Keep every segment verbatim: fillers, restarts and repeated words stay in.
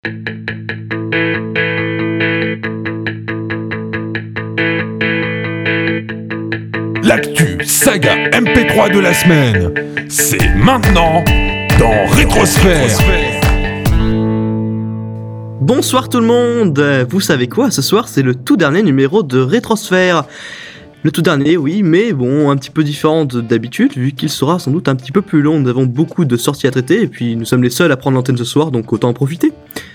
L'actu saga M P trois de la semaine, c'est maintenant dans Rétrosphère. Bonsoir tout le monde. Vous savez quoi, ce soir c'est le tout dernier numéro de Rétrosphère. Le tout dernier, oui, mais bon, un petit peu différent de d'habitude, vu qu'il sera sans doute un petit peu plus long. Nous avons beaucoup de sorties à traiter, et puis nous sommes les seuls à prendre l'antenne ce soir, donc autant en profiter.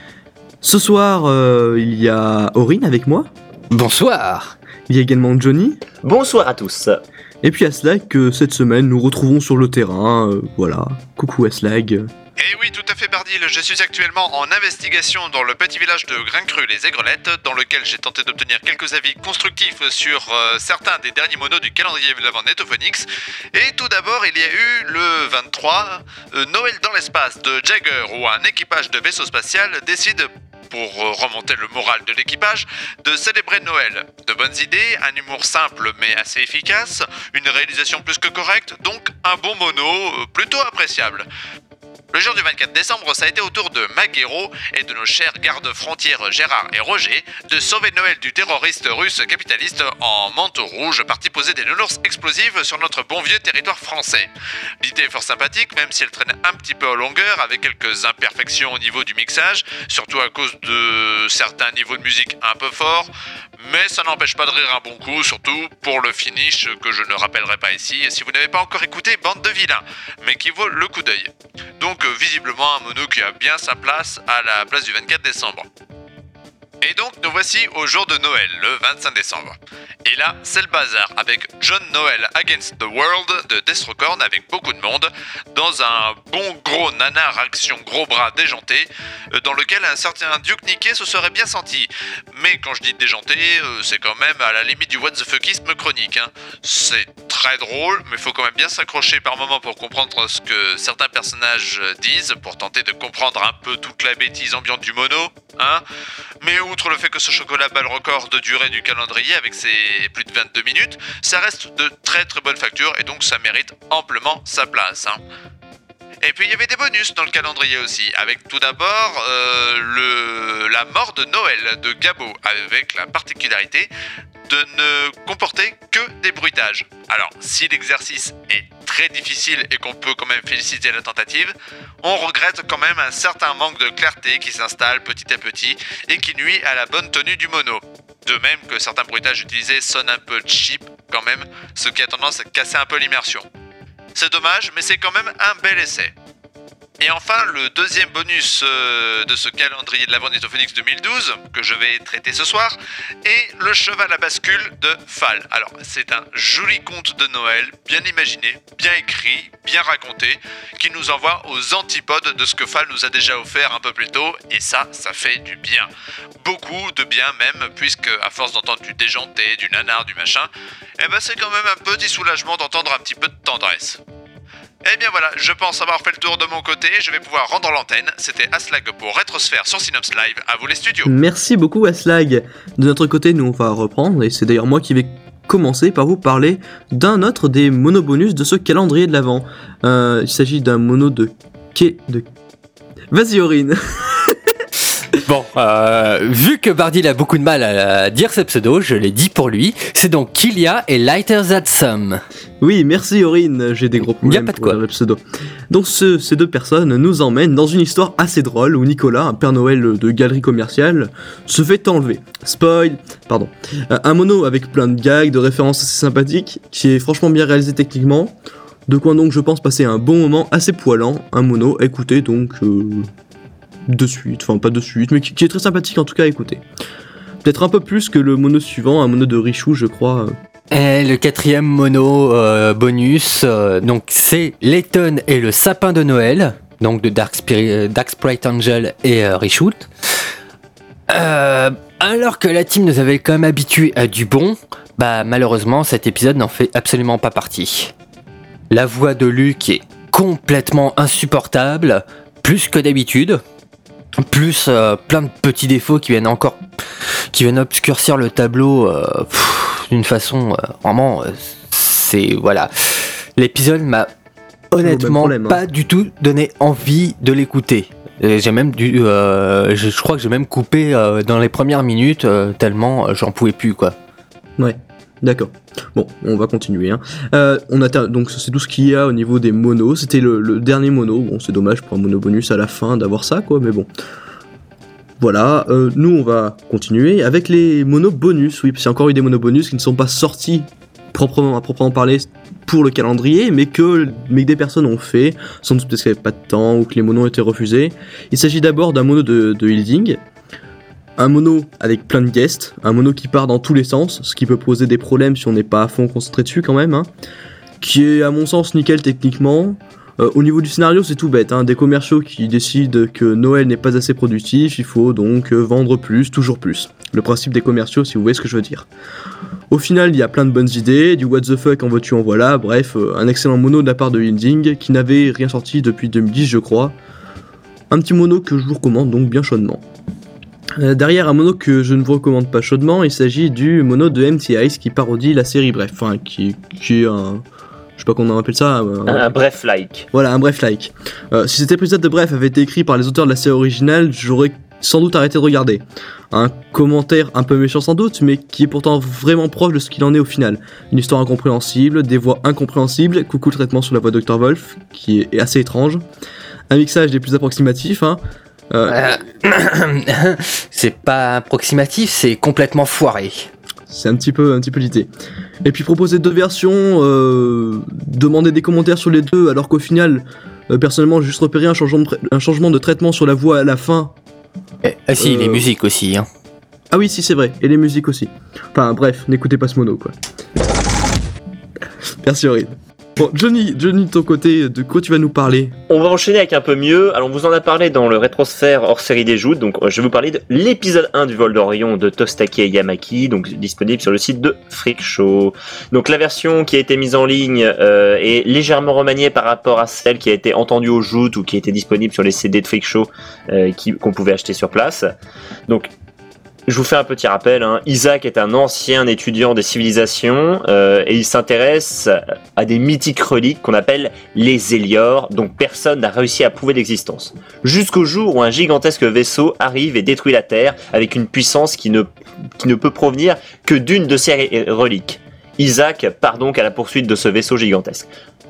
Ce soir, euh, il y a Aurine avec moi. Bonsoir. Il y a également Johnny. Bonsoir à tous. Et puis Aslag, que cette semaine nous retrouvons sur le terrain, euh, voilà. Coucou Aslag. Eh oui, tout à fait Bardil, je suis actuellement en investigation dans le petit village de Grincru-les-Aigrenettes, dans lequel j'ai tenté d'obtenir quelques avis constructifs sur euh, certains des derniers monos du calendrier de l'avant Netophonix. Et tout d'abord, il y a eu le vingt-trois, euh, Noël dans l'espace de Jagger, où un équipage de vaisseau spatial décide, pour remonter le moral de l'équipage, de célébrer Noël. De bonnes idées, un humour simple mais assez efficace, une réalisation plus que correcte, donc un bon mono euh, plutôt appréciable. Le jour du vingt-quatre décembre, ça a été au tour de Maguero et de nos chers gardes-frontières Gérard et Roger de sauver Noël du terroriste russe capitaliste en manteau rouge parti poser des nounours explosives sur notre bon vieux territoire français. L'idée est fort sympathique, même si elle traîne un petit peu en longueur avec quelques imperfections au niveau du mixage, surtout à cause de certains niveaux de musique un peu forts, mais ça n'empêche pas de rire un bon coup, surtout pour le finish que je ne rappellerai pas ici si vous n'avez pas encore écouté Bande de vilains, mais qui vaut le coup d'œil. Donc visiblement un mono qui a bien sa place à la place du vingt-quatre décembre. Et donc nous voici au jour de Noël, le vingt-cinq décembre. Et là, c'est le bazar, avec John Noël Against the World de Destrocorn avec beaucoup de monde, dans un bon gros nanar action gros bras déjanté, dans lequel un certain Duke Niquet se serait bien senti. Mais quand je dis déjanté, c'est quand même à la limite du what the fuckisme chronique. Hein. C'est très drôle, mais faut quand même bien s'accrocher par moment pour comprendre ce que certains personnages disent, pour tenter de comprendre un peu toute la bêtise ambiante du mono. Hein. Mais outre le fait que ce chocolat bat le record de durée du calendrier avec ses plus de vingt-deux minutes, ça reste de très très bonne facture et donc ça mérite amplement sa place. Hein. Et puis il y avait des bonus dans le calendrier aussi, avec tout d'abord euh, le, la mort de Noël de Gabo, avec la particularité de ne comporter que des bruitages. Alors, si l'exercice est très difficile et qu'on peut quand même féliciter la tentative, on regrette quand même un certain manque de clarté qui s'installe petit à petit et qui nuit à la bonne tenue du mono. De même que certains bruitages utilisés sonnent un peu cheap quand même, ce qui a tendance à casser un peu l'immersion. C'est dommage, mais c'est quand même un bel essai. Et enfin, le deuxième bonus euh, de ce calendrier de l'avant Netophonix deux mille douze, que je vais traiter ce soir, est le cheval à bascule de Fall. Alors, c'est un joli conte de Noël, bien imaginé, bien écrit, bien raconté, qui nous envoie aux antipodes de ce que Fall nous a déjà offert un peu plus tôt, et ça, ça fait du bien. Beaucoup de bien même, puisque à force d'entendre du déjanté, du nanar, du machin, eh ben c'est quand même un petit soulagement d'entendre un petit peu de tendresse. Eh bien voilà, je pense avoir fait le tour de mon côté, je vais pouvoir rendre l'antenne. C'était Aslag pour Rétrosphère sur Synops Live, à vous les studios. Merci beaucoup Aslag. De notre côté, nous on va reprendre, et c'est d'ailleurs moi qui vais commencer par vous parler d'un autre des monobonus de ce calendrier de l'Avent. Euh, il s'agit d'un mono de... K... de... Vas-y Aurine. Bon, euh, vu que Bardil a beaucoup de mal à dire ce pseudo, je l'ai dit pour lui. C'est donc Kilia et Lighter Than Some. Oui, merci Aurine, j'ai des gros problèmes pas de pour quoi. le pseudo. Donc ce, ces deux personnes nous emmènent dans une histoire assez drôle où Nicolas, un Père Noël de galerie commerciale, se fait enlever. Spoil, pardon. Euh, un mono avec plein de gags, de références assez sympathiques, qui est franchement bien réalisé techniquement. De quoi donc je pense passer un bon moment assez poilant, un mono, écoutez donc... Euh... de suite, enfin pas de suite, mais qui, qui est très sympathique en tout cas à écouter. Peut-être un peu plus que le mono suivant, un mono de Richou je crois. Et le quatrième mono euh, bonus, euh, donc c'est Layton et le sapin de Noël, donc de Dark, Spirit, Dark Sprite Angel et euh, Richou. Euh, alors que la team nous avait quand même habitués à du bon, bah malheureusement cet épisode n'en fait absolument pas partie. La voix de Luc est complètement insupportable, plus que d'habitude. Plus euh, plein de petits défauts qui viennent encore qui viennent obscurcir le tableau euh, pff, d'une façon euh, vraiment euh, c'est voilà, l'épisode m'a honnêtement problème, hein. pas du tout donné envie de l'écouter. Et j'ai même dû, euh, je, je crois que j'ai même coupé euh, dans les premières minutes euh, tellement euh, j'en pouvais plus quoi. Ouais, d'accord. Bon, on va continuer. Hein. Euh, on a ter- donc c'est tout ce qu'il y a au niveau des monos. C'était le, le dernier mono. Bon, c'est dommage pour un mono bonus à la fin d'avoir ça, quoi. Mais bon. Voilà. Euh, nous, on va continuer avec les monos bonus. Oui, parce qu'il y a encore eu des monos bonus qui ne sont pas sortis proprement à proprement parler pour le calendrier, mais que, mais que des personnes ont fait, sans doute parce qu'il n'y avait pas de temps ou que les monos ont été refusés. Il s'agit d'abord d'un mono de, de Hilding. Un mono avec plein de guests, un mono qui part dans tous les sens, ce qui peut poser des problèmes si on n'est pas à fond concentré dessus quand même, hein, qui est à mon sens nickel techniquement. Euh, au niveau du scénario, c'est tout bête, hein, des commerciaux qui décident que Noël n'est pas assez productif, il faut donc euh, vendre plus, toujours plus. Le principe des commerciaux, si vous voyez ce que je veux dire. Au final, il y a plein de bonnes idées, du what the fuck en veux-tu en voilà, bref, euh, un excellent mono de la part de Hilding, qui n'avait rien sorti depuis deux mille dix je crois. Un petit mono que je vous recommande donc bien chaudement. Euh, derrière un mono que je ne vous recommande pas chaudement, il s'agit du mono de M T Ice qui parodie la série Bref, enfin qui, qui est un... Je sais pas comment on appelle ça. Un, un, un bref-like. Voilà, un bref-like. Euh, si cet épisode de Bref avait été écrit par les auteurs de la série originale, j'aurais sans doute arrêté de regarder. Un commentaire un peu méchant sans doute, mais qui est pourtant vraiment proche de ce qu'il en est au final. Une histoire incompréhensible, des voix incompréhensibles, coucou le traitement sur la voix de docteur Wolf, qui est, est assez étrange. Un mixage des plus approximatifs, hein. Euh, Euh, c'est pas approximatif, c'est complètement foiré. C'est un petit peu, un petit peu l'idée. Et puis proposer deux versions, euh, demander des commentaires sur les deux, alors qu'au final, euh, personnellement, j'ai juste repéré un changement, de, un changement de traitement sur la voix à la fin. Eh, ah si, Euh, les musiques aussi. Hein. Ah oui, si c'est vrai, et les musiques aussi. Enfin bref, n'écoutez pas ce mono quoi. Merci Aurine. Bon, Johnny, Johnny de ton côté, de quoi tu vas nous parler? On va enchaîner avec un peu mieux. Alors, on vous en a parlé dans le rétrosphère hors série des joutes. Donc, je vais vous parler de l'épisode un du Vol d'Orion de Tostaki et Yamaki, donc disponible sur le site de Freak Show. Donc, la version qui a été mise en ligne euh, est légèrement remaniée par rapport à celle qui a été entendue aux joutes ou qui était disponible sur les C D de Freak Show euh, qui, qu'on pouvait acheter sur place. Donc, je vous fais un petit rappel, hein. Isaac est un ancien étudiant des civilisations euh, et il s'intéresse à des mythiques reliques qu'on appelle les Éliors, dont personne n'a réussi à prouver l'existence. Jusqu'au jour où un gigantesque vaisseau arrive et détruit la Terre avec une puissance qui ne, qui ne peut provenir que d'une de ces reliques. Isaac part donc à la poursuite de ce vaisseau gigantesque.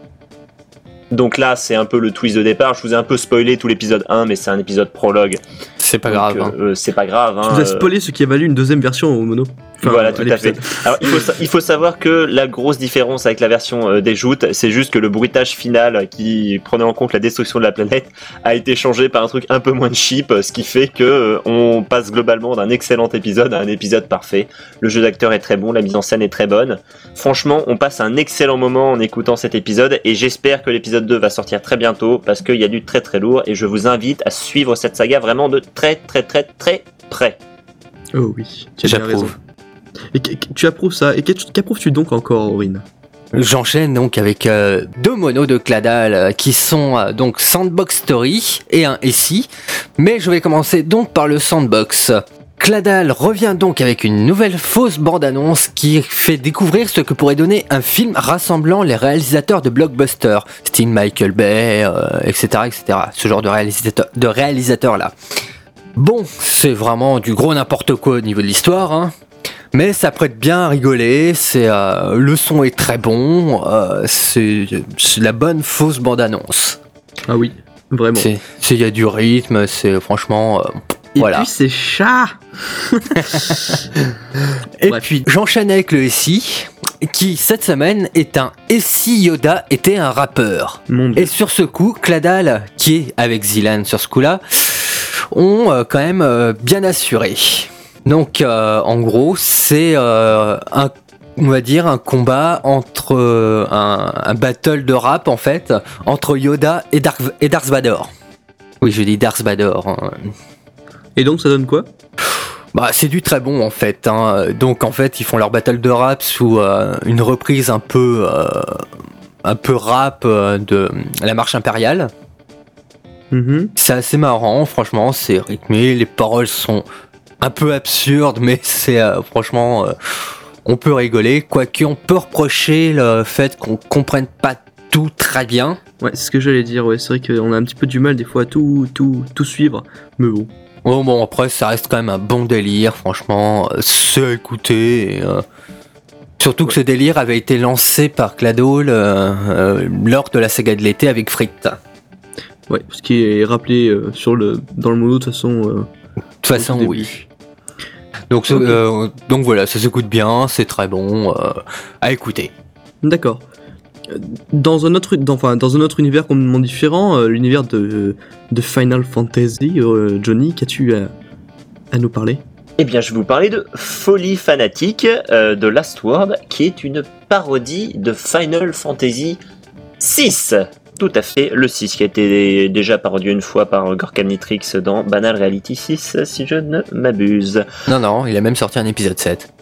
Donc là, c'est un peu le twist de départ. Je vous ai un peu spoilé tout l'épisode un, mais c'est un épisode prologue. C'est pas Donc, grave. euh, Hein. euh, c'est pas grave. Hein, Tu nous as euh, spoilé ce qui a valu une deuxième version au mono. Enfin, voilà, tout à fait. l'épisode. Alors, il faut, sa- il faut savoir que la grosse différence avec la version euh, des joutes, c'est juste que le bruitage final qui prenait en compte la destruction de la planète a été changé par un truc un peu moins cheap, ce qui fait que euh, on passe globalement d'un excellent épisode à un épisode parfait. Le jeu d'acteur est très bon, la mise en scène est très bonne. Franchement, on passe un excellent moment en écoutant cet épisode et j'espère que l'épisode deux va sortir très bientôt parce qu'il y a du très très lourd et je vous invite à suivre cette saga vraiment de très très très très près. Oh oui, tu as bien J'approuve. raison. Et qu- qu- tu approuves ça. Et qu'est- qu'approuves-tu donc encore, Aurine? J'enchaîne donc avec euh, deux monos de Cladal euh, qui sont euh, donc Sandbox Story et un Essie. Mais je vais commencer donc par le Sandbox. Cladal revient donc avec une nouvelle fausse bande-annonce qui fait découvrir ce que pourrait donner un film rassemblant les réalisateurs de blockbusters, style Michael Bay, euh, et cetera, et cetera. Ce genre de réalisateur, de réalisateur là. Bon, c'est vraiment du gros n'importe quoi au niveau de l'histoire, hein. Mais ça prête bien à rigoler, c'est, euh, le son est très bon, euh, c'est, c'est la bonne fausse bande-annonce. Ah oui, vraiment. C'est, c'est, y a du rythme, c'est franchement... euh, Et voilà. puis c'est chat. Et Bref. puis j'enchaîne avec le Essie, qui cette semaine est un Essie Yoda était un rappeur. Mon Dieu. Et sur ce coup, Cladal, qui est avec Zilan sur ce coup-là, ont euh, quand même euh, bien assuré. Donc euh, en gros, c'est euh, un, on va dire un combat entre euh, un, un battle de rap en fait entre Yoda et Darth, et Darth Vader. Oui, je dis Darth Vader. Hein. Et donc ça donne quoi? Bah, c'est du très bon en fait. Hein. Donc en fait, ils font leur battle de rap sous euh, une reprise un peu, euh, un peu rap euh, de la marche impériale. Mhm. C'est assez marrant, franchement, c'est rythmé, les paroles sont un peu absurdes, mais c'est euh, franchement, euh, on peut rigoler. Quoique on peut reprocher le fait qu'on comprenne pas tout très bien. Ouais, c'est ce que j'allais dire, ouais, c'est vrai qu'on a un petit peu du mal des fois à tout, tout, tout suivre, mais bon. Oh, bon, après, ça reste quand même un bon délire, franchement, euh, c'est à écouter. Et, euh, surtout que ce délire avait été lancé par Cladol euh, euh, lors de la saga de l'été avec Fritt. Ouais, ce qui est rappelé euh, sur le, dans le mono de toute façon. Euh, De toute façon, début. oui. Donc, ce- Ok. euh, donc voilà, ça s'écoute bien, c'est très bon euh, à écouter. D'accord. Euh, Dans un autre, dans, enfin, dans un autre univers complètement différent, euh, l'univers de, de Final Fantasy, euh, Johnny, qu'as-tu à, à nous parler? Eh bien, je vais vous parler de Folie Fanatique euh, de Last Word, qui est une parodie de Final Fantasy six. Tout à fait, le six, qui a été déjà parodié une fois par Gorka Nitrix dans Banal Reality six, si je ne m'abuse. Non, non, il a même sorti un épisode sept.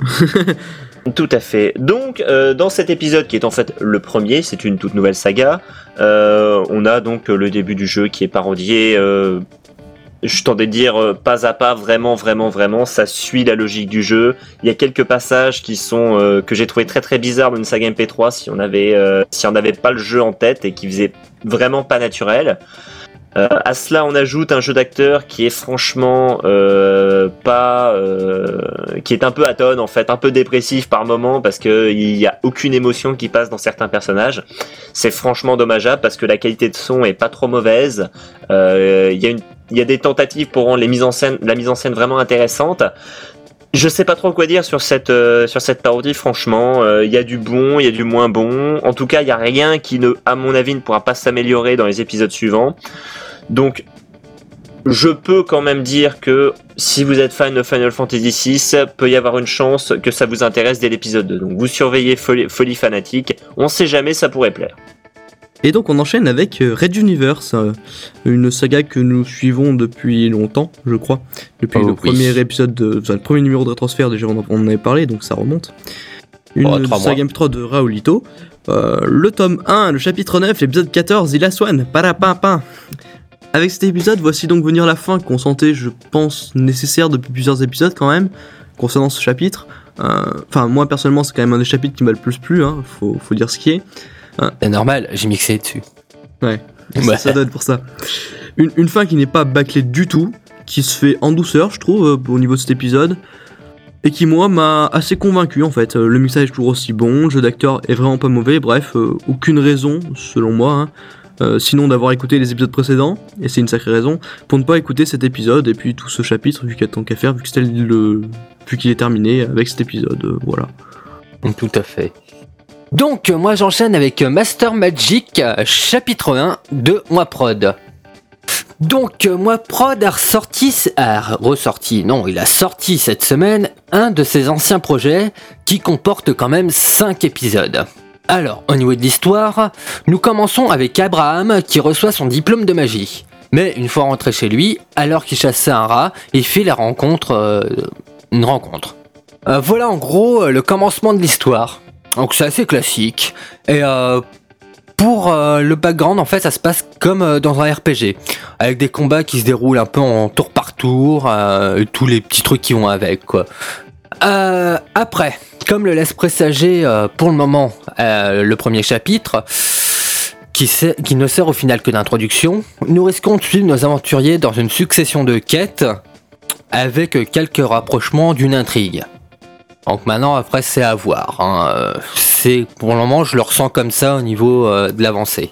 Tout à fait. Donc, euh, dans cet épisode, qui est en fait le premier, c'est une toute nouvelle saga, euh, on a donc le début du jeu qui est parodié... Euh, je tendais de dire euh, pas à pas, vraiment, vraiment, vraiment, ça suit la logique du jeu. Il y a quelques passages qui sont euh, que j'ai trouvé très très bizarres dans une saga M P trois si on avait euh, si on n'avait pas le jeu en tête et qui faisait vraiment pas naturel. Euh, à cela, on ajoute un jeu d'acteur qui est franchement euh, pas, euh, qui est un peu atone en fait, un peu dépressif par moment parce que il y a aucune émotion qui passe dans certains personnages. C'est franchement dommageable parce que la qualité de son est pas trop mauvaise. Euh, Il y a une, il y a des tentatives pour rendre les mises en scène, la mise en scène vraiment intéressante. Je sais pas trop quoi dire sur cette euh, sur cette parodie. Franchement, il euh, y a du bon, il y a du moins bon. En tout cas, il y a rien qui ne, à mon avis, ne pourra pas s'améliorer dans les épisodes suivants. Donc, je peux quand même dire que si vous êtes fan de Final Fantasy six, peut y avoir une chance que ça vous intéresse dès l'épisode deux. Donc, vous surveillez Folie, Folie Fanatique. On sait jamais, ça pourrait plaire. Et donc on enchaîne avec euh, Red Universe, euh, une saga que nous suivons depuis longtemps, je crois. Depuis Oh, le oui. premier épisode, de, enfin, le premier numéro de Transfert, déjà on en, on en avait parlé, donc ça remonte. Une Oh, trois saga mois. M P trois de Raoulito. Euh, le tome un, le chapitre neuf, l'épisode quatorze, Il a Swan, parapapin. Avec cet épisode, voici donc venir la fin qu'on sentait, je pense, nécessaire depuis plusieurs épisodes quand même, concernant ce chapitre. Euh, Enfin, moi personnellement, c'est quand même un des chapitres qui m'a le plus plu, hein, faut, faut dire ce qui est. C'est normal, j'ai mixé dessus. Ouais, Ouais. ça, ça donne pour ça. Une, une fin qui n'est pas bâclée du tout, qui se fait en douceur, je trouve, euh, au niveau de cet épisode, et qui, moi, m'a assez convaincu, en fait. Euh, Le mixage est toujours aussi bon, le jeu d'acteur est vraiment pas mauvais, bref, euh, aucune raison, selon moi, hein, euh, sinon d'avoir écouté les épisodes précédents, et c'est une sacrée raison, pour ne pas écouter cet épisode, et puis tout ce chapitre, vu qu'il y a tant qu'à faire, vu que c'était le... vu qu'il est terminé avec cet épisode, euh, voilà. Tout à fait. Donc, euh, moi j'enchaîne avec euh, Master Magic, euh, chapitre un de Moi Prod. Donc, euh, Moi Prod a ressorti, a ressorti, non, il a sorti cette semaine un de ses anciens projets qui comporte quand même cinq épisodes. Alors, au niveau de l'histoire, nous commençons avec Abraham qui reçoit son diplôme de magie. Mais une fois rentré chez lui, alors qu'il chassait un rat, il fait la rencontre, euh, une rencontre. Euh, voilà en gros euh, le commencement de l'histoire. Donc c'est assez classique. Et euh, pour euh, le background, en fait, ça se passe comme euh, dans un R P G, avec des combats qui se déroulent un peu en tour par tour, euh, et tous les petits trucs qui vont avec, quoi. Euh, après, comme le laisse présager euh, pour le moment euh, le premier chapitre, qui, sert- qui ne sert au final que d'introduction, nous risquons de suivre nos aventuriers dans une succession de quêtes, avec quelques rapprochements d'une intrigue. Donc maintenant, après, c'est à voir. Hein. Euh, C'est, pour le moment, je le ressens comme ça au niveau euh, de l'avancée.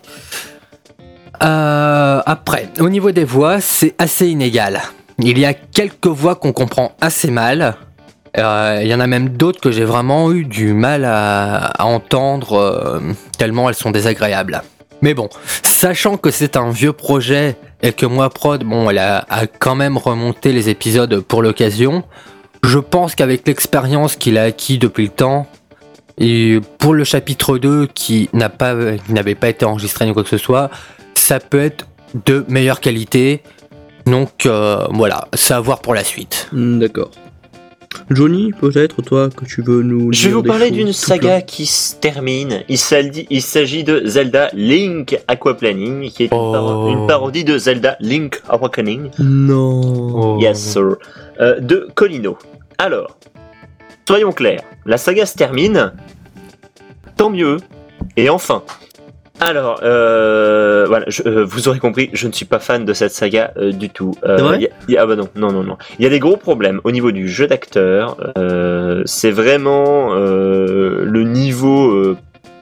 Euh, après, au niveau des voix, c'est assez inégal. Il y a quelques voix qu'on comprend assez mal. Euh, il y en a même d'autres que j'ai vraiment eu du mal à, à entendre, euh, tellement elles sont désagréables. Mais bon, sachant que c'est un vieux projet et que Moi Prod, bon, elle a, a quand même remonté les épisodes pour l'occasion, je pense qu'avec l'expérience qu'il a acquis depuis le temps, et pour le chapitre deux qui n'a pas, qui n'avait pas été enregistré ni quoi que ce soit, ça peut être de meilleure qualité. Donc euh, voilà, c'est à voir pour la suite. Hmm, D'accord. Johnny, peut-être, toi, que tu veux nous Je vais dire vous des parler choses d'une toutes saga là. qui se termine. Il s'agit, il s'agit de Zelda Link Aquaplaning, qui est une, Oh. paro- une parodie de Zelda Link Awakening. Non. Yes, sir. Euh, de Colino. Alors, soyons clairs, la saga se termine. Tant mieux. Et enfin. Alors, euh, voilà, je, euh, vous aurez compris, je ne suis pas fan de cette saga euh, du tout. Euh, C'est vrai y a, y a, ah bah non, non, non, non. Il y a des gros problèmes au niveau du jeu d'acteur. Euh, c'est vraiment euh, le niveau euh,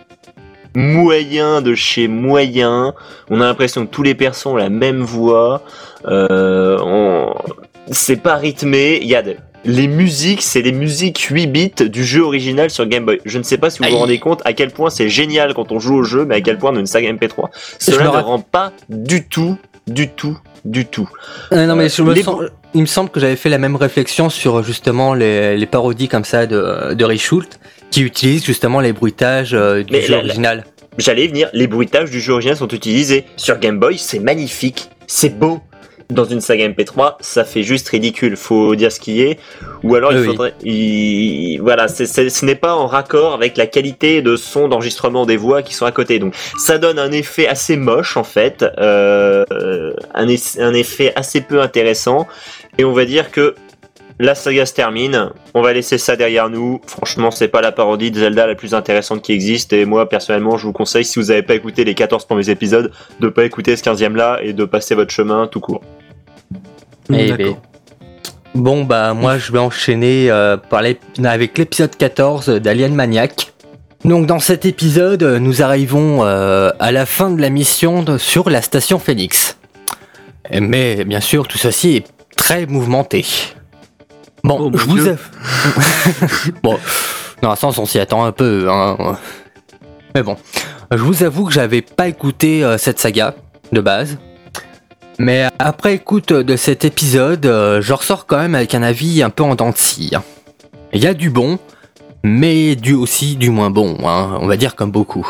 moyen de chez moyen. On a l'impression que tous les persos ont la même voix. Euh, on... C'est pas rythmé. Il y a de... Les musiques, c'est les musiques huit bits du jeu original sur Game Boy. Je ne sais pas si vous vous rendez compte à quel point c'est génial quand on joue au jeu, mais à quel point dans une saga M P trois, cela ne rend pas du tout, du tout, du tout. Euh, non mais je me les... sens... il me semble que j'avais fait la même réflexion sur justement les, les parodies comme ça de, de Reshoot, qui utilisent justement les bruitages euh, du mais jeu la, original. La... J'allais y venir, les bruitages du jeu original sont utilisés. Sur Game Boy, c'est magnifique, c'est beau. Dans une saga M P trois, ça fait juste ridicule, faut dire ce qui est. Ou alors il oui, faudrait, il, voilà, c'est, c'est, ce n'est pas en raccord avec la qualité de son d'enregistrement des voix qui sont à côté. Donc ça donne un effet assez moche en fait, euh, un, un effet assez peu intéressant. Et on va dire que la saga se termine, on va laisser ça derrière nous. Franchement, c'est pas la parodie de Zelda la plus intéressante qui existe. Et moi, personnellement, je vous conseille, si vous n'avez pas écouté les quatorze premiers épisodes, de pas écouter ce quinzième là et de passer votre chemin tout court. Eh D'accord. ben. Bon bah moi je vais enchaîner euh, par l'ép- avec l'épisode quatorze d'Alien Maniac. Donc dans cet épisode, nous arrivons euh, à la fin de la mission de, sur la station Phoenix. Mais bien sûr, tout ceci est très mouvementé. Bon, Oh, mon je vous Dieu. avoue... bon, dans un sens on s'y attend un peu, hein. Mais bon, je vous avoue que j'avais pas écouté euh, cette saga de base. Mais après écoute de cet épisode, euh, je ressors quand même avec un avis un peu en dents de scie. Il y a du bon, mais du aussi du moins bon, hein, on va dire comme beaucoup.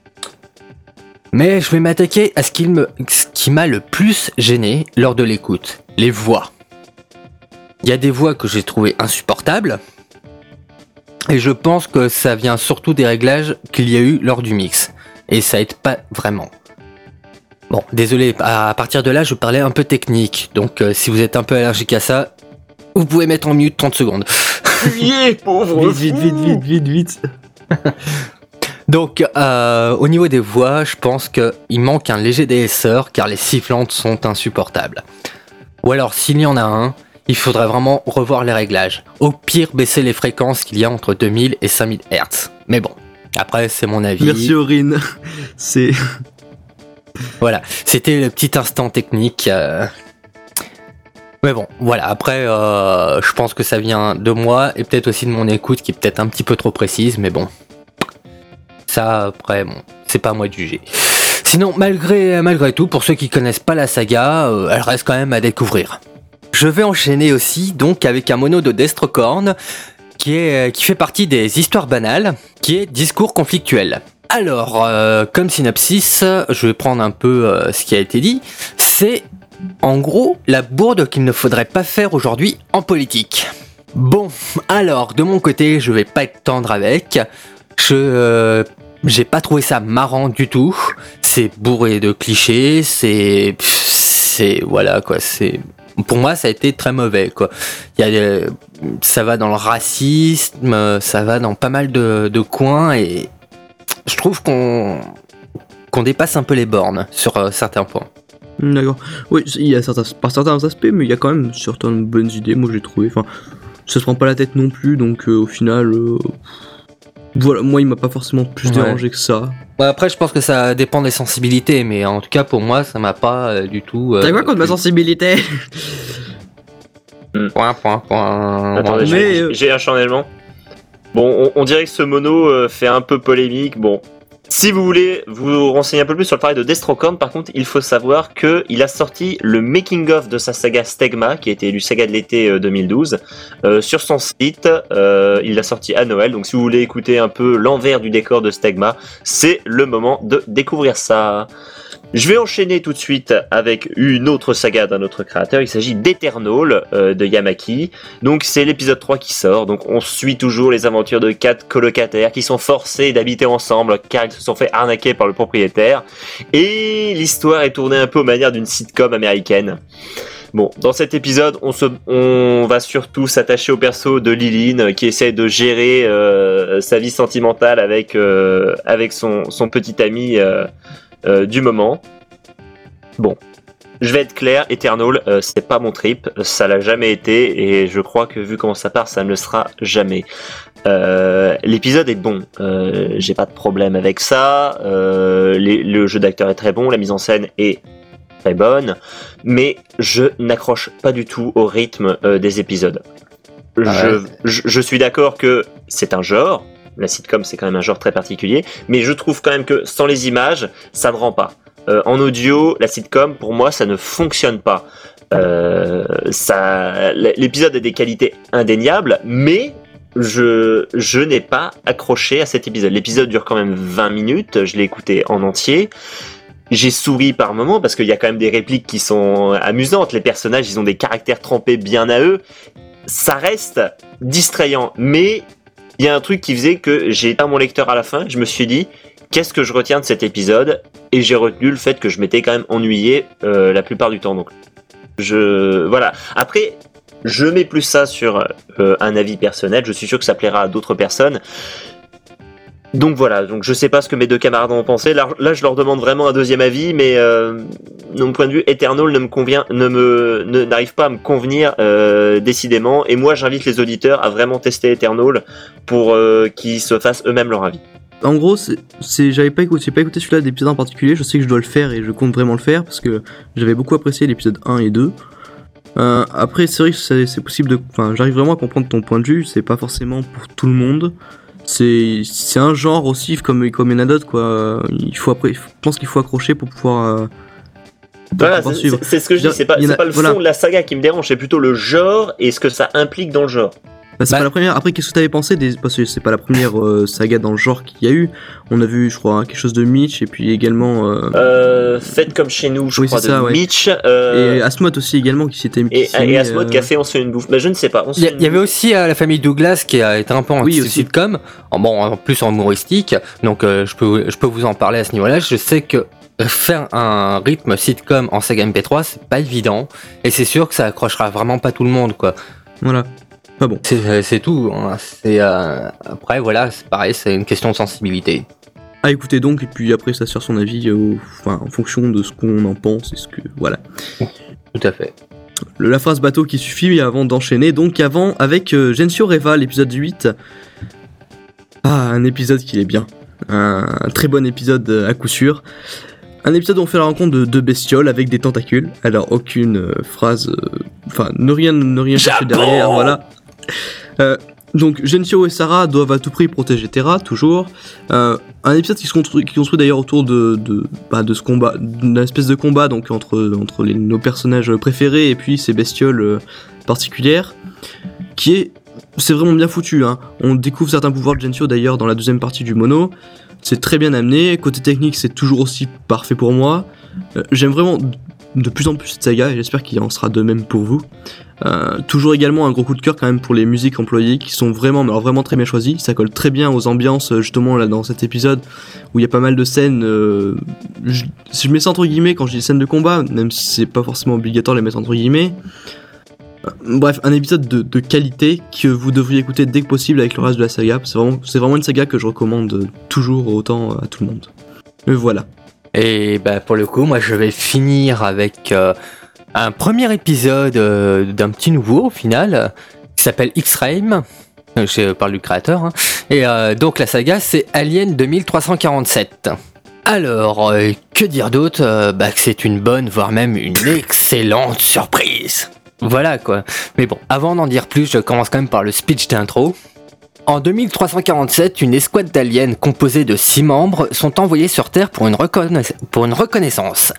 Mais je vais m'attaquer à ce qui, me, ce qui m'a le plus gêné lors de l'écoute, les voix. Il y a des voix que j'ai trouvées insupportables, et je pense que ça vient surtout des réglages qu'il y a eu lors du mix, et ça aide pas vraiment. Bon, désolé, à partir de là, je parlais un peu technique, donc euh, si vous êtes un peu allergique à ça, vous pouvez mettre en mute trente secondes. Fuyez, pauvre Vite, vite, vite, vite, vite, vite. Donc, euh, au niveau des voix, je pense qu'il manque un léger délaisseur, car les sifflantes sont insupportables. Ou alors, s'il y en a un, il faudrait vraiment revoir les réglages. Au pire, baisser les fréquences qu'il y a entre deux mille et cinq mille hertz. Mais bon, après, c'est mon avis. Merci Aurine. C'est... Voilà, c'était le petit instant technique. Euh... Mais bon, voilà, après, euh, je pense que ça vient de moi, et peut-être aussi de mon écoute, qui est peut-être un petit peu trop précise, mais bon. Ça, après, bon, c'est pas à moi de juger. Sinon, malgré, malgré tout, pour ceux qui connaissent pas la saga, euh, elle reste quand même à découvrir. Je vais enchaîner aussi, donc, avec un mono de Destrocorn, qui, est, qui fait partie des histoires banales, qui est Discours conflictuel. Alors, euh, comme synopsis, je vais prendre un peu euh, ce qui a été dit. C'est, en gros, la bourde qu'il ne faudrait pas faire aujourd'hui en politique. Bon, alors, de mon côté, je vais pas être tendre avec. Je... Euh, j'ai pas trouvé ça marrant du tout. C'est bourré de clichés, c'est... C'est... Voilà, quoi, c'est... Pour moi, ça a été très mauvais, quoi. Il y a des... Ça va dans le racisme, ça va dans pas mal de, de coins, et... Je trouve qu'on qu'on dépasse un peu les bornes sur euh, certains points. D'accord. Oui, il y a certains, par certains aspects, mais il y a quand même certaines bonnes idées, moi j'ai trouvé. Enfin, ça se prend pas la tête non plus, donc euh, au final, euh, voilà, moi il m'a pas forcément plus Ouais. dérangé que ça. Ouais, après, je pense que ça dépend des sensibilités, mais en tout cas pour moi, ça m'a pas euh, du tout. Euh, T'as quoi contre ma sensibilité? Point, point, point. Attendez, Mais, j'ai, euh, j'ai un changement. Bon, on, on dirait que ce mono euh, fait un peu polémique. Bon, si vous voulez vous renseigner un peu plus sur le travail de Destrocorn, par contre, il faut savoir que il a sorti le making-of de sa saga Stegma, qui a été élu saga de l'été euh, deux mille douze, euh, sur son site. Euh, il l'a sorti à Noël, donc si vous voulez écouter un peu l'envers du décor de Stegma, c'est le moment de découvrir ça. Je vais enchaîner tout de suite avec une autre saga d'un autre créateur. Il s'agit d'Eternal euh, de Yamaki. Donc c'est l'épisode trois qui sort. Donc on suit toujours les aventures de quatre colocataires qui sont forcés d'habiter ensemble car ils se sont fait arnaquer par le propriétaire. Et l'histoire est tournée un peu aux manières d'une sitcom américaine. Bon, dans cet épisode, on, se, on va surtout s'attacher au perso de Liline qui essaie de gérer euh, sa vie sentimentale avec, euh, avec son, son petit ami euh, euh, du moment. Bon, je vais être clair, Eternal, euh, c'est pas mon trip, ça l'a jamais été et je crois que vu comment ça part, ça ne le sera jamais. Euh, l'épisode est bon, euh, j'ai pas de problème avec ça, euh, les, le jeu d'acteur est très bon, la mise en scène est très bonne, mais je n'accroche pas du tout au rythme euh, des épisodes. Ah je, ouais. je, je suis d'accord que c'est un genre, la sitcom c'est quand même un genre très particulier, mais je trouve quand même que sans les images, ça ne rend pas. Euh, en audio, la sitcom, pour moi, ça ne fonctionne pas. Euh, ça, l'épisode a des qualités indéniables, mais je, je n'ai pas accroché à cet épisode. L'épisode dure quand même vingt minutes, je l'ai écouté en entier. J'ai souri par moments parce qu'il y a quand même des répliques qui sont amusantes. Les personnages, ils ont des caractères trempés bien à eux. Ça reste distrayant, mais il y a un truc qui faisait que j'ai éteint mon lecteur à la fin. Je me suis dit, qu'est-ce que je retiens de cet épisode ? Et j'ai retenu le fait que je m'étais quand même ennuyé euh, la plupart du temps. Donc, je voilà. Après, je mets plus ça sur euh, un avis personnel. Je suis sûr que ça plaira à d'autres personnes. Donc voilà, donc je sais pas ce que mes deux camarades ont pensé. Là, là je leur demande vraiment un deuxième avis, mais euh, de mon point de vue, Eternal ne me convient, ne me, ne, n'arrive pas à me convenir euh, décidément. Et moi, j'invite les auditeurs à vraiment tester Eternal pour euh, qu'ils se fassent eux-mêmes leur avis. En gros, c'est, c'est, j'avais pas écouté, j'ai pas écouté celui-là d'épisode en particulier. Je sais que je dois le faire et je compte vraiment le faire parce que j'avais beaucoup apprécié l'épisode un et deux. Euh, après, c'est vrai que c'est, c'est possible de, enfin, j'arrive vraiment à comprendre ton point de vue. C'est pas forcément pour tout le monde. C'est, c'est un genre aussi comme comme il y en a d'autres quoi. Il faut après, je pense qu'il faut accrocher pour pouvoir. Euh, pour voilà, pouvoir c'est, suivre. c'est, c'est ce que je dis. C'est pas, Il y en a- c'est pas le voilà. fond de la saga qui me dérange, c'est plutôt le genre et ce que ça implique dans le genre. Bah, c'est Bah- pas la première. Après, qu'est-ce que t'avais pensé des... Parce que c'est pas la première euh, saga dans le genre qu'il y a eu. On a vu, je crois, hein, quelque chose de Mitch et puis également. Euh... Euh, faites comme chez nous, je Oui, crois, c'est de ça, ouais. Mitch. Euh, Et Asmod aussi également qui s'était qui et, s'est et mis, Asmod euh, qui a fait On se fait une bouffe. Bah, je ne sais pas. On se Il y, fait a- une il y avait bouffe. aussi euh, la famille Douglas qui a été un peu en Oui, petit aussi. sitcom, en, bon, en plus en humoristique, donc euh, je, peux, je peux vous en parler à ce niveau-là. Je sais que faire un rythme sitcom en saga M P trois, c'est pas évident, et c'est sûr que ça accrochera vraiment pas tout le monde, quoi. Voilà. Pas bon. C'est, c'est tout. Hein. C'est, euh, après, voilà, c'est pareil, c'est une question de sensibilité. À écouter donc et puis après ça se faire son avis euh, enfin, en fonction de ce qu'on en pense et ce que voilà. Tout à fait. Le, la phrase bateau qui suffit avant d'enchaîner donc avant avec euh, Gensio Reva l'épisode huit. Ah un épisode qui est bien. Un, un très bon épisode euh, à coup sûr. Un épisode où on fait la rencontre de deux bestioles avec des tentacules. Alors aucune euh, phrase, euh, enfin ne rien ne rien chercher derrière, voilà. Euh, donc Gensio et Sarah doivent à tout prix protéger Terra, toujours. Euh, un épisode qui se construit, qui construit d'ailleurs autour de de, bah, de ce combat, d'une espèce de combat donc entre entre les, nos personnages préférés et puis ces bestioles euh, particulières, qui est c'est vraiment bien foutu. Hein. On découvre certains pouvoirs de Gensio d'ailleurs dans la deuxième partie du mono. C'est très bien amené. Côté technique, c'est toujours aussi parfait pour moi. Euh, j'aime vraiment de plus en plus cette saga et j'espère qu'il en sera de même pour vous. Euh, toujours également un gros coup de cœur quand même pour les musiques employées qui sont vraiment, mais alors vraiment très bien choisies. Ça colle très bien aux ambiances justement là dans cet épisode où il y a pas mal de scènes. Euh, je, je mets ça entre guillemets quand je dis scènes de combat, même si c'est pas forcément obligatoire de les mettre entre guillemets. Euh, bref, un épisode de, de qualité que vous devriez écouter dès que possible avec le reste de la saga. C'est vraiment, c'est vraiment une saga que je recommande toujours autant à tout le monde. Et voilà. Et bah, pour le coup, moi je vais finir avec euh, un premier épisode euh, d'un petit nouveau au final, euh, qui s'appelle X-Frame. Je parle du créateur. Hein. Et euh, donc la saga c'est Alien deux mille trois cent quarante-sept. Alors, euh, que dire d'autre euh, bah, que c'est une bonne, voire même une excellente surprise. Voilà quoi. Mais bon, avant d'en dire plus, je commence quand même par le speech d'intro. En deux mille trois cent quarante-sept, une escouade d'aliens composée de six membres sont envoyés sur Terre pour une, reconna- pour une reconnaissance.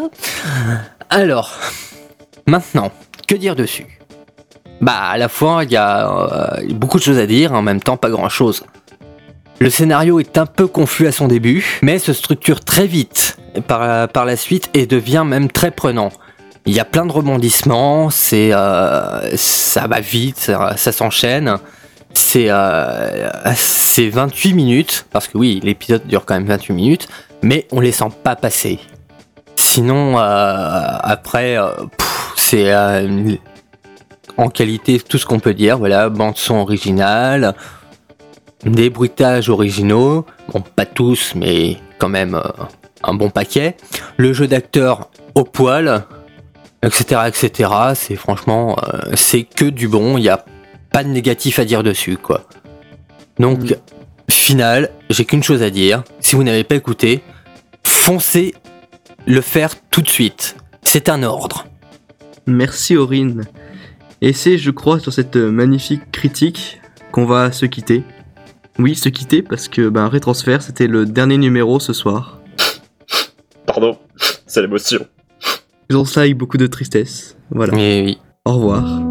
Alors, maintenant, que dire dessus ? Bah, à la fois, il y a euh, beaucoup de choses à dire, en même temps, pas grand-chose. Le scénario est un peu confus à son début, mais se structure très vite par, par la suite et devient même très prenant. Il y a plein de rebondissements, c'est, euh, ça va vite, ça, ça s'enchaîne. C'est, euh, c'est vingt-huit minutes, parce que oui, l'épisode dure quand même vingt-huit minutes, mais on les sent pas passer. Sinon, euh, après, euh, pff, c'est euh, en qualité tout ce qu'on peut dire. Voilà, bande son originale, des bruitages originaux, bon pas tous, mais quand même euh, un bon paquet. Le jeu d'acteur au poil, et cetera, et cetera. C'est franchement, euh, c'est que du bon. Il y a pas de négatif à dire dessus, quoi. Donc, mmh. final, j'ai qu'une chose à dire. Si vous n'avez pas écouté, foncez le faire tout de suite. C'est un ordre. Merci Aurine. Et c'est, je crois, sur cette magnifique critique qu'on va se quitter. Oui, se quitter parce que ben, Rétrosphère, c'était le dernier numéro ce soir. Pardon, c'est l'émotion. Faisons ça avec beaucoup de tristesse. Voilà. Et oui. Au revoir.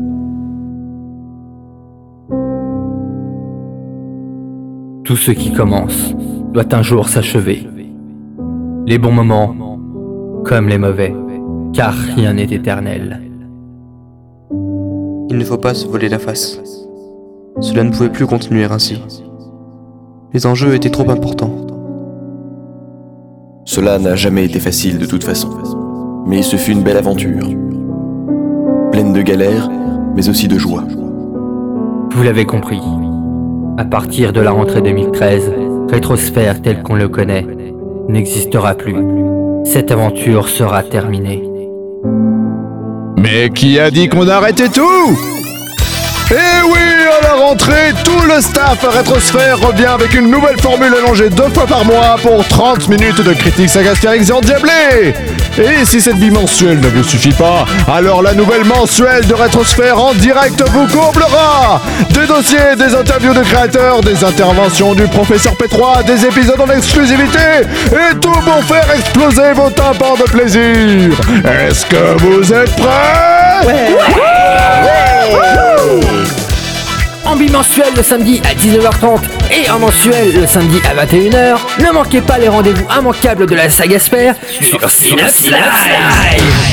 Tout ce qui commence doit un jour s'achever. Les bons moments, comme les mauvais, car rien n'est éternel. Il ne faut pas se voler la face. Cela ne pouvait plus continuer ainsi. Les enjeux étaient trop importants. Cela n'a jamais été facile de toute façon. Mais ce fut une belle aventure. Pleine de galères, mais aussi de joie. Vous l'avez compris. À partir de la rentrée deux mille treize, Rétrosphère tel qu'on le connaît n'existera plus. Cette aventure sera terminée. Mais qui a dit qu'on arrêtait tout ? Eh oui, à la rentrée, tout le staff à Rétrosphère revient avec une nouvelle formule allongée deux fois par mois pour trente minutes de critiques sagastériques et endiablées. Et si cette bimensuelle ne vous suffit pas, alors la nouvelle mensuelle de Rétrosphère en direct vous comblera. Des dossiers, des interviews de créateurs, des interventions du professeur P trois, des épisodes en exclusivité, et tout pour faire exploser vos tympans de plaisir. Est-ce que vous êtes prêts ? Ouais. Ouais. Ouais. En bimensuel le samedi à dix-neuf heures trente et en mensuel le samedi à vingt et une heures, ne manquez pas les rendez-vous immanquables de la saga Sphère sur Synapse Live.